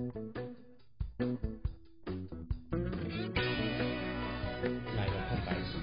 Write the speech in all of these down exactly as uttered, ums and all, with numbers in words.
来个空白期。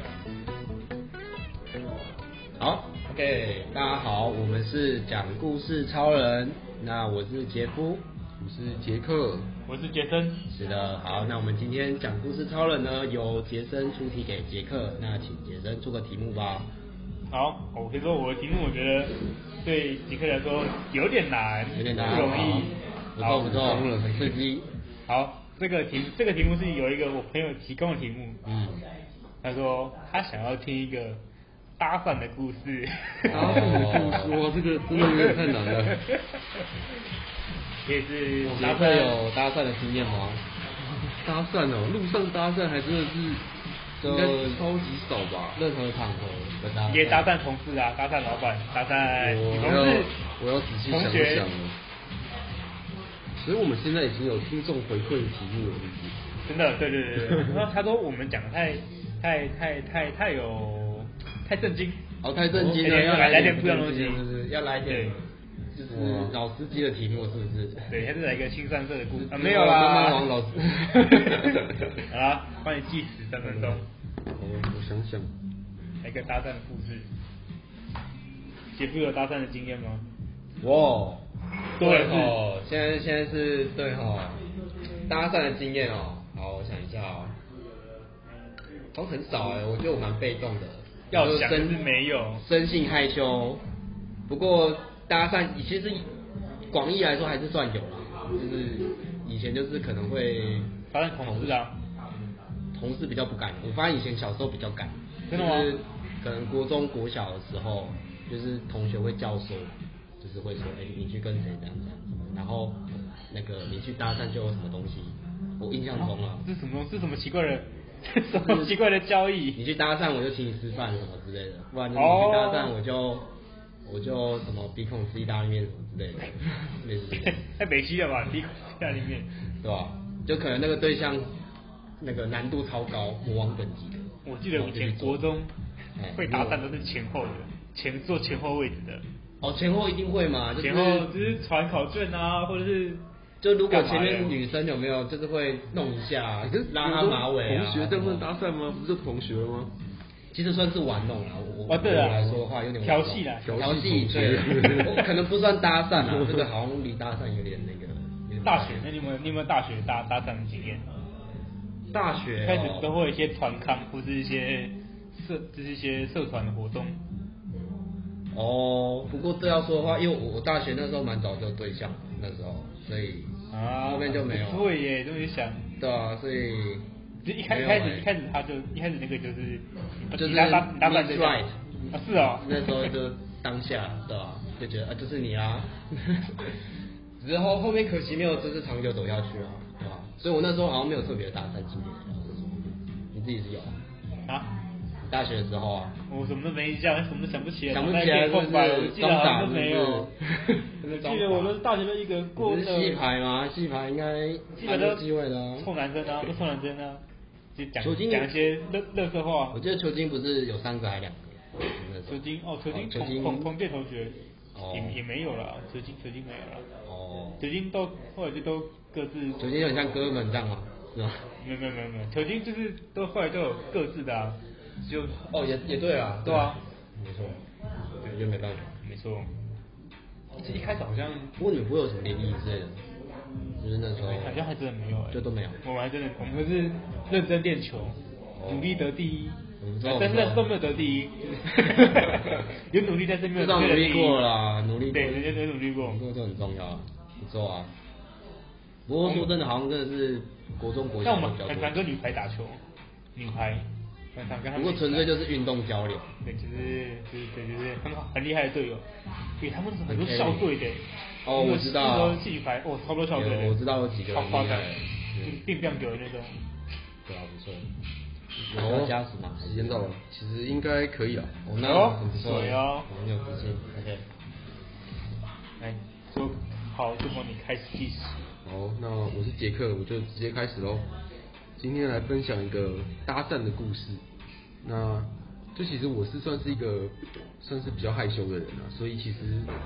好 ，OK， 大家好，我们是讲故事超人，那我是杰夫， 我是杰克， 我是杰森。 是的，好，那我们今天讲故事超人呢，由杰森出题给杰克，那请杰森出个题目吧。 好，我可以说我的题目，我觉得对杰克来说有点难， 有点难， 不容易。 不错不错，很刺激。 好，这个题这个题目是有一个我朋友提供的题目， 嗯， 他说他想要听一个搭讪的故事。 搭讪的故事，哇，这个真的有点太难了。 也是杰克有搭讪的经验吗？ 搭讪哦，路上搭讪还真的是。应该超级少吧？ 任何场合的搭讪， 也搭讪同事啊，搭讪老板，搭讪女同事， 我要仔细想一想了。所以我们现在已经有听众回馈的题目了，是不是？ 真的，对对对对。然后他说我们讲的太太太太太有太震惊， 哦，太震惊了，要来点不一样的东西， 就是要来点。就是老司机的题目是不是？ 对，他是来一个新三色的故事啊，没有啦，妈妈王老师。 好啦，帮你计时三分钟。 哦，我想想， 来个搭讪的故事。杰夫有搭讪的经验吗？ 哇， 对哦，现在现在是对哈，搭讪的经验哦。好，我想一下哦，好像很少哎，我觉得我蛮被动的， 要想是没有， 生性害羞，不过。搭讪其实广义来说还是算有啦，就是以前就是可能会搭讪同事啊， 同事比较不敢，我发现以前小时候比较敢， 真的吗？ 就是可能国中国小的时候，就是同学会教唆，就是会说，哎、欸，你去跟谁这样这样，然后那个你去搭讪就有什么东西，我印象中啊， 这是什么这是什么奇怪的，什么奇怪的交易？ 你去搭讪我就请你吃饭什么之类的，不然就是你去搭讪我就。我就什么鼻孔吃意大利面什么之类的，类似这种。 太北西了吧，鼻孔吃意大利面， 对吧？就可能那个对象那个难度超高，魔王等级的。 我记得以前国中会搭讪都是前后的，前坐前后位置的。 哦，前后一定会嘛，就是、 前后就是传考卷啊，或者是就如果前面女生有没有就是会弄一下，拉她马尾啊。 同学这样算搭讪吗？不是就同学吗？ 其实算是玩弄啦，我我对我来说的话有点调戏啦， 调戏对，我可能不算搭讪啦，这个好像离搭讪有点那个。 大学，那你有没有你有没有大学搭搭讪的经验？ 大学、哦、 开始都会有一些团康或是一些社，就是一些社团的活动。 哦，不过这要说的话，因为我我大学那时候蛮早就有对象，那时候，所以啊后面就没有。 对耶，这么一想。 对啊，所以。 就一开一开始一开始他就一开始那个就是就是搭搭搭讪对象 right 啊是哦， 那时候就当下对吧、啊，就觉得啊就是你啦，只是后后面可惜没有就是长久走下去啊，对吧、啊？所以我那时候好像没有特别搭讪经验，你自己是有啊？ 大学的时候啊， 我什么都没印象，什么都想不起来， 想不起来是不是？ 我记得好像都没有。 我记得我都是大学都一个人过的。 是戏牌吗？戏牌应该蛮有机会的啊。 臭男生啊，都臭男生啊。就讲球精讲一些乐乐色话。 我记得球精不是有三个还两个？ 球精哦，球精球精同同届同学， 哦、 也也没有了，球精球精没有了。 哦。 球精都后来就都各自。 球精有点像哥们这样吗？是吧？ 没有没有没有没有，球精就是都后来都有各自的啊，就哦也也对啊， 对啊， 没错，对，就没办法， 没错。这一开始好像， 不过你们不会有什么联谊之类的，就是那时候好像还真的没有哎、欸， 就都没有。 我们还真的，我们可是认真练球，哦、努力得第一，但是那都没有得第一，有努力但是没有得第一。 至少努力过了啦，努力过， 对，人家都努力过， 这个就很重要啊，不错啊。不过说真的，好像真的是国中国小像我们很常跟女排打球，女排。 不过纯粹就是运动交流， 对，就是就是对，就是很好很厉害的队友，对，他们很多校队的， 哦，我知道， 戏排，哦，超多校队的， 我知道有几个， 超夸张，变变久的那种， 对啊，不错。有加时吗？ 时间到了，其实应该可以了。 哦，那很不错哦， 我很有自信。OK， 来，就好，就帮你开始计时。 好，那我是杰克，我就直接开始喽。今天来分享一个搭讪的故事。那这其实我是算是一个算是比较害羞的人啊，所以其实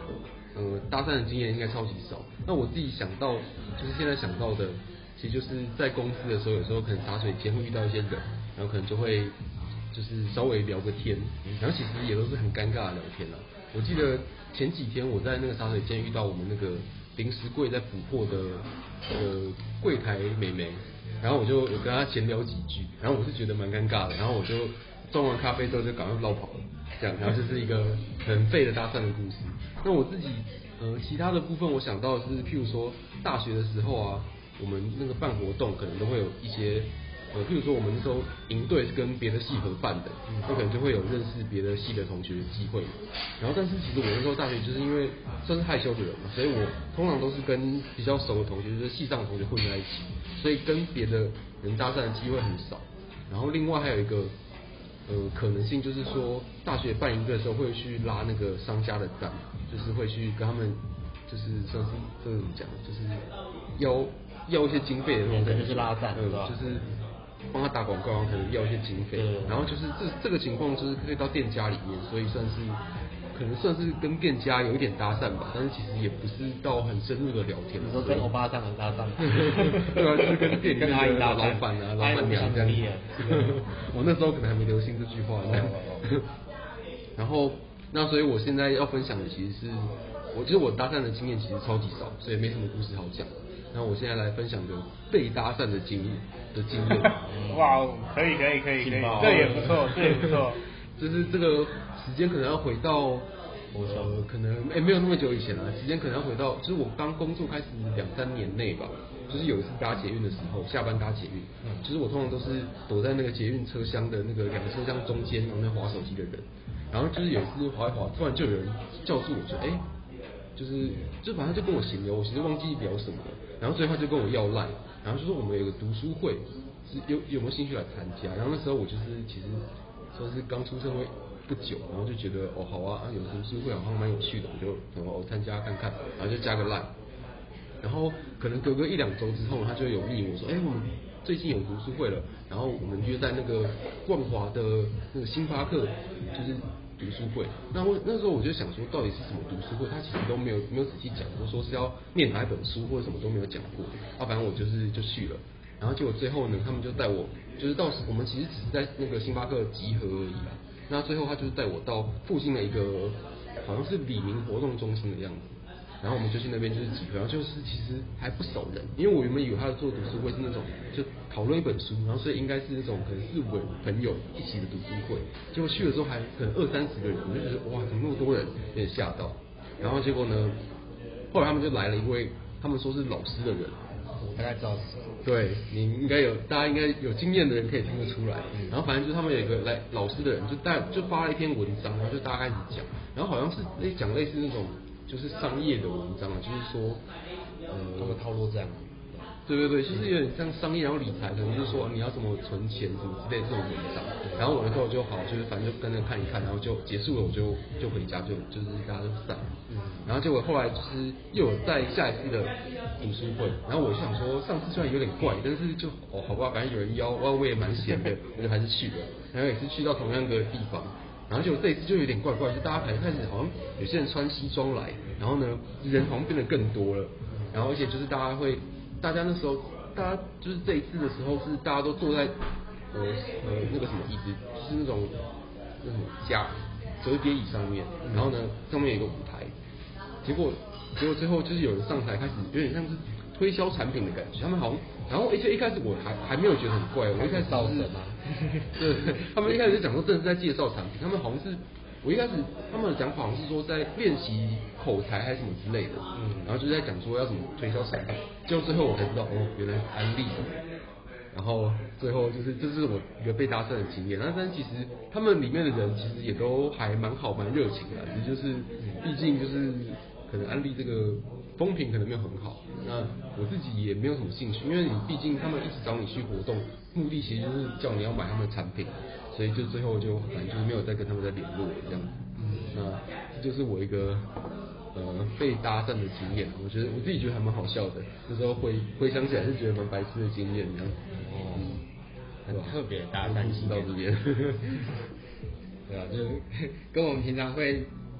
呃搭讪的经验应该超级少。那我自己想到就是现在想到的，其实就是在公司的时候，有时候可能茶水间会遇到一些人，然后可能就会就是稍微聊个天，然后其实也都是很尴尬的聊天啦。我记得前几天我在那个茶水间遇到我们那个零食柜在补货的呃柜台妹妹，然后我就有跟她闲聊几句，然后我是觉得蛮尴尬的，然后我就装完咖啡之后就赶快绕跑了，这样，然后就是一个很废的搭讪的故事。那我自己呃其他的部分我想到的是，譬如说大学的时候啊，我们那个办活动可能都会有一些。呃，譬如说我们那时候营队是跟别的系合办的，那可能就会有认识别的系的同学的机会。然后，但是其实我那时候大学就是因为算是害羞的人嘛，所以我通常都是跟比较熟的同学，就是系上的同学混在一起，所以跟别的人搭讪的机会很少。然后另外还有一个呃可能性就是说，大学办营队的时候会去拉那个商家的赞，就是会去跟他们就是算是这个怎么讲，就是要要一些经费的那种感觉， 就是拉赞， 呃，就是帮他打广告，可能要一些经费，然后就是这这个情况就是可以到店家里面，所以算是可能算是跟店家有一点搭讪吧，但是其实也不是到很深入的聊天。 你说跟欧巴桑的搭讪？ 对啊，就是跟店里面的老板啊、老板娘这样子。我那时候可能还没流行这句话呢。然后，那所以我现在要分享的其实是，我觉得我搭讪的经验其实超级少，所以没什么故事好讲。那我现在来分享个被搭讪的经的经验。 哇，可以可以可以可以，这也不错，这也不错。 就是这个时间可能要回到，呃，可能哎、欸、没有那么久以前了，时间可能要回到，就是我刚工作开始两三年内吧。就是有一次搭捷运的时候，下班搭捷运，嗯，就是我通常都是躲在那个捷运车厢的那个两个车厢中间，然后那滑手机的人。然后就是有一次滑一滑，突然就有人叫住我说，哎、欸。就是就反正就跟我闲聊，我其实忘记聊什么了，然后所以他就跟我要赖，然后就说我们有个读书会，是有有没有兴趣来参加？然后那时候我就是其实算是刚出社会不久，然后就觉得哦好啊，有读书会好像蛮有趣的，我就哦参加看看，然后就加个赖，然后可能隔个一两周之后，他就有密我说，哎、欸、我们最近有读书会了，然后我们约在那个万华的那个星巴克，就是。读书会，那我那时候我就想说，到底是什么读书会？他其实都没有没有仔细讲过，说是要念哪一本书或者什么都没有讲过。啊，反正我就是就去了，然后结果最后呢，他们就带我，就是到我们其实只是在那个星巴克集合而已啦。那最后他就是带我到附近的一个好像是李明活动中心的样子。然后我们就去那边就是集合，然后就是其实还不熟人，因为我原本以为他做读书会是那种就讨论一本书，然后所以应该是那种可能日文朋友一起的读书会，结果去的时候还可能二三十个人，我就觉得哇怎么那么多人，有点吓到。然后结果呢，后来他们就来了一位他们说是老师的人， 我大概知道是。 对，你应该有，大家应该有经验的人可以听得出来。然后反正就是他们有一个来老师的人，就大就发了一篇文章，然后就大家开始讲，然后好像是类讲类似那种。就是商业的文章啊，就是说，呃， 他们套路这样。 对对对，就是有点像商业，然后理财，可能就是说你要怎么存钱什么之类的这种文章。然后我那时候就好，就是反正就跟着看一看，然后就结束了，我就就回家，就就是大家就散了。嗯。然后结果后来就是又有在下一次的读书会，然后我就想说上次虽然有点怪，但是就哦好吧，反正有人邀，我我也蛮闲的，我就还是去了。然后也是去到同样的地方。然后就这一次就有点怪怪，就大家可能开始好像有些人穿西装来，然后呢人好像变得更多了，然后而且就是大家会，大家那时候大家就是这一次的时候是大家都坐在呃呃那个什么椅子，就是那种那种架折叠椅上面，然后呢上面有一个舞台，结果结果最后就是有人上台开始有点像是推销产品的感觉，他们好像，然后而且一开始我还还没有觉得很怪，我一开始造神嘛， 对，他们一开始就讲说真的是在介绍产品，他们好像是我一开始他们的讲法好像是说在练习口才还是什么之类的，嗯，然后就是在讲说要怎么推销产品，结果最后我才知道哦，原来是安利。然后最后就是这是我一个被搭讪的经验，那但是其实他们里面的人其实也都还蛮好蛮热情的，只是就是毕竟就是可能安利这个风评可能没有很好，那我自己也没有什么兴趣，因为你毕竟他们一直找你去活动，目的其实就是叫你要买他们的产品，所以就最后就反正就是没有再跟他们再联络了这样子。那这就是我一个呃被搭讪的经验，我觉得我自己觉得还蛮好笑的，那时候回回想起来是觉得蛮白痴的经验这样。 哦，很特别搭讪经验。 到这边。 对啊，就是跟我们平常会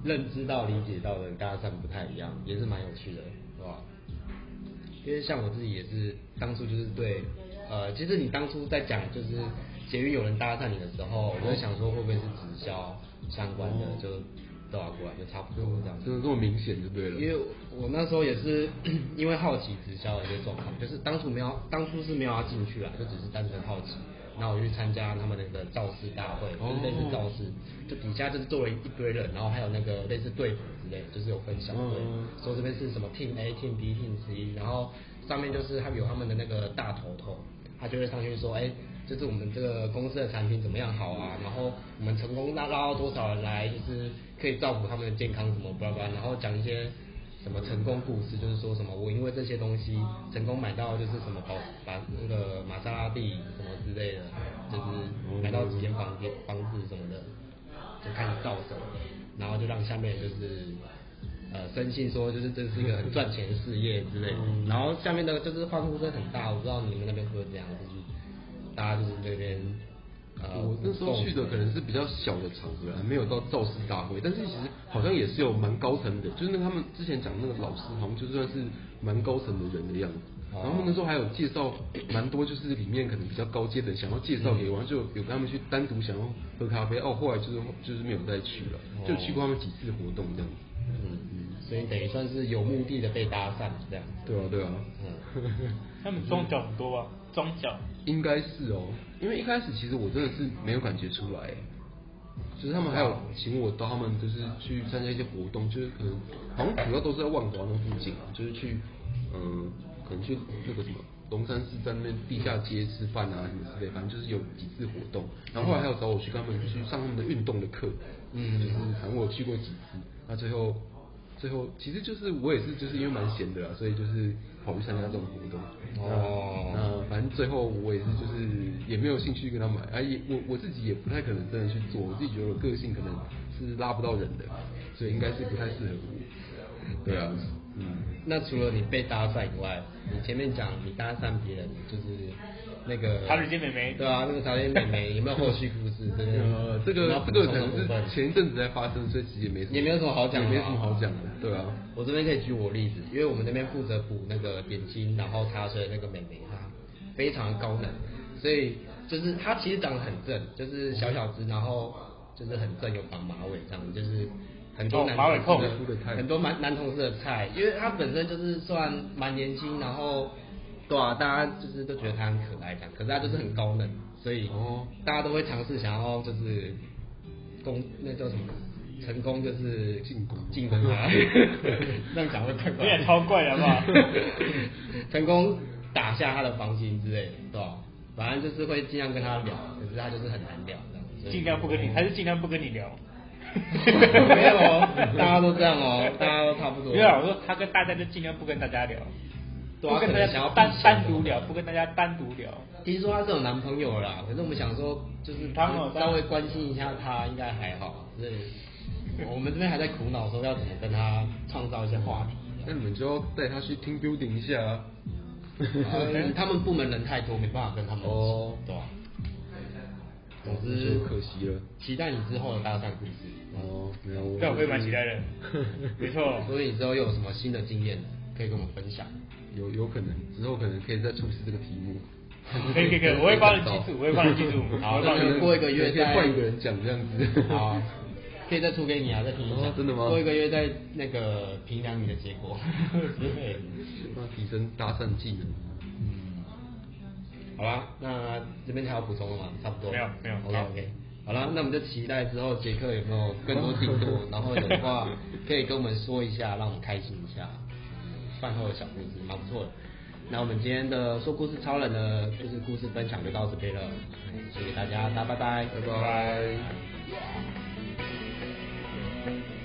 认知到、理解到的搭讪不太一样，也是蛮有趣的，是吧？因为像我自己也是，当初就是对，呃，其实你当初在讲就是捷运有人搭讪你的时候，我在想说会不会是直销相关的，就都要过来，就差不多这样。 真的这么明显就对了。 因为我那时候也是因为好奇直销的一些状况，就是当初没有，当初是没有要进去啊，就只是单纯好奇。然后我就去参加他们那个造势大会，就是类似造势，就底下就是坐了一堆人，然后还有那个类似队服之类的，就是有分小队，嗯、说这边是什么 team A、team B、team C， 然后上面就是他们有他们的那个大头头，他就会上去说，哎，就是我们这个公司的产品怎么样好啊，然后我们成功拉拉到多少人来，就是可以照顾他们的健康什么巴拉巴拉，然后讲一些。什么成功故事，就是说什么我因为这些东西成功买到就是什么保把那个玛莎拉蒂什么之类的，就是买到几间房间房子什么的，就开始造手，然后就让下面就是呃深信说就是这是一个很赚钱的事业之类的，然后下面的就是欢呼声很大，我不知道你们那边会不会这样，就是大家就是那边。 呃，我那时候去的可能是比较小的场合，还没有到造势大会，但是其实好像也是有蛮高层的，就是那个他们之前讲那个老师，好像就算是蛮高层的人的样子。然后那时候还有介绍蛮多，就是里面可能比较高阶的想要介绍给我，然后就有跟他们去单独想要喝咖啡。哦，后来就是就是没有再去了，就去过他们几次活动这样子。 嗯嗯，所以等于算是有目的的被搭讪这样。 对啊对啊。 嗯。他们装脚很多吧？装脚。 应该是哦，因为一开始其实我真的是没有感觉出来，就是他们还有请我到他们就是去参加一些活动，就是可能好像主要都是在万华那附近啊，就是去嗯、呃、可能去那个什么龙山寺在那边地下街吃饭啊什么之类，反正就是有几次活动，然后后来还有找我去跟他们去上他们的运动的课，嗯，就是反正我有去过几次，那最后最后其实就是我也是就是因为蛮闲的啦，所以就是跑去参加这种活动。哦，那反正最后我也是就是也没有兴趣跟他买，啊也我我自己也不太可能真的去做，我自己觉得我个性可能是拉不到人的，所以应该是不太适合我。对啊，嗯。 那除了你被搭讪以外，你前面讲你搭讪别人就是那个茶水间美眉， 对啊，那个茶水间美眉有没有后续故事？这个呃，这个这个可能是前一阵子才发生，所以其实也没什么也没有什么好讲的， 也没什么好讲的，对啊。 我这边可以举我例子，因为我们那边负责补那个点心，然后茶水的那个美眉她非常高冷，所以就是她其实长得很正，就是小小只，然后就是很正，有绑马尾这样，就是很多男同事的很多男男同事的菜，因为她本身就是算蛮年轻，然后对啊，大家就是都觉得她很可爱这样，可是她就是很高冷，所以大家都会尝试想要就是攻那叫什么？成功就是进攻进攻他，这样讲会太怪， 有点超怪了，好不好？ 成功打下他的防心之类的，对吧？反正就是会尽量跟他聊，可是他就是很难聊，这样。 尽量不跟你，还是尽量不跟你聊。 没有哦，大家都这样哦，大家都差不多。 没有，我说他跟大家就尽量不跟大家聊， 不跟大家单单独聊，不跟大家单独聊。 听说他是有男朋友啦，可是我们想说，就是他们稍微关心一下他，应该还好，所以。我们这边还在苦恼说要怎么跟他创造一些话题， 那你们就要带他去听 building 一下啊。 呃、他们部门人太多，没办法跟他们哦， 对吧？总之可惜了， 期待你之后的搭讪故事。 哦，没有， 对，我会蛮期待的。没错， 所以你之后又有什么新的经验可以跟我们分享？ 有有可能之后可能可以再出示这个题目。 可以可以可以，我会帮你记住，我会帮你记住。好， 那可能过一个月再换一个人讲这样子。 好。可以再出给你啊，再听一下。 哦、真的吗？ 过一个月再那个评量你的结果。 对，那提升搭讪技能。 嗯。好啦，那这边还有补充的吗？差不多。 没有没有。 OK OK。好啦，那我们就期待之后杰克有没有更多进度，然后有的话可以跟我们说一下，让我们开心一下。饭后的小故事蛮不错的。那我们今天的说故事超人的就是故事分享就到这边了，谢谢大家，大家拜拜， 拜拜。 Yeah.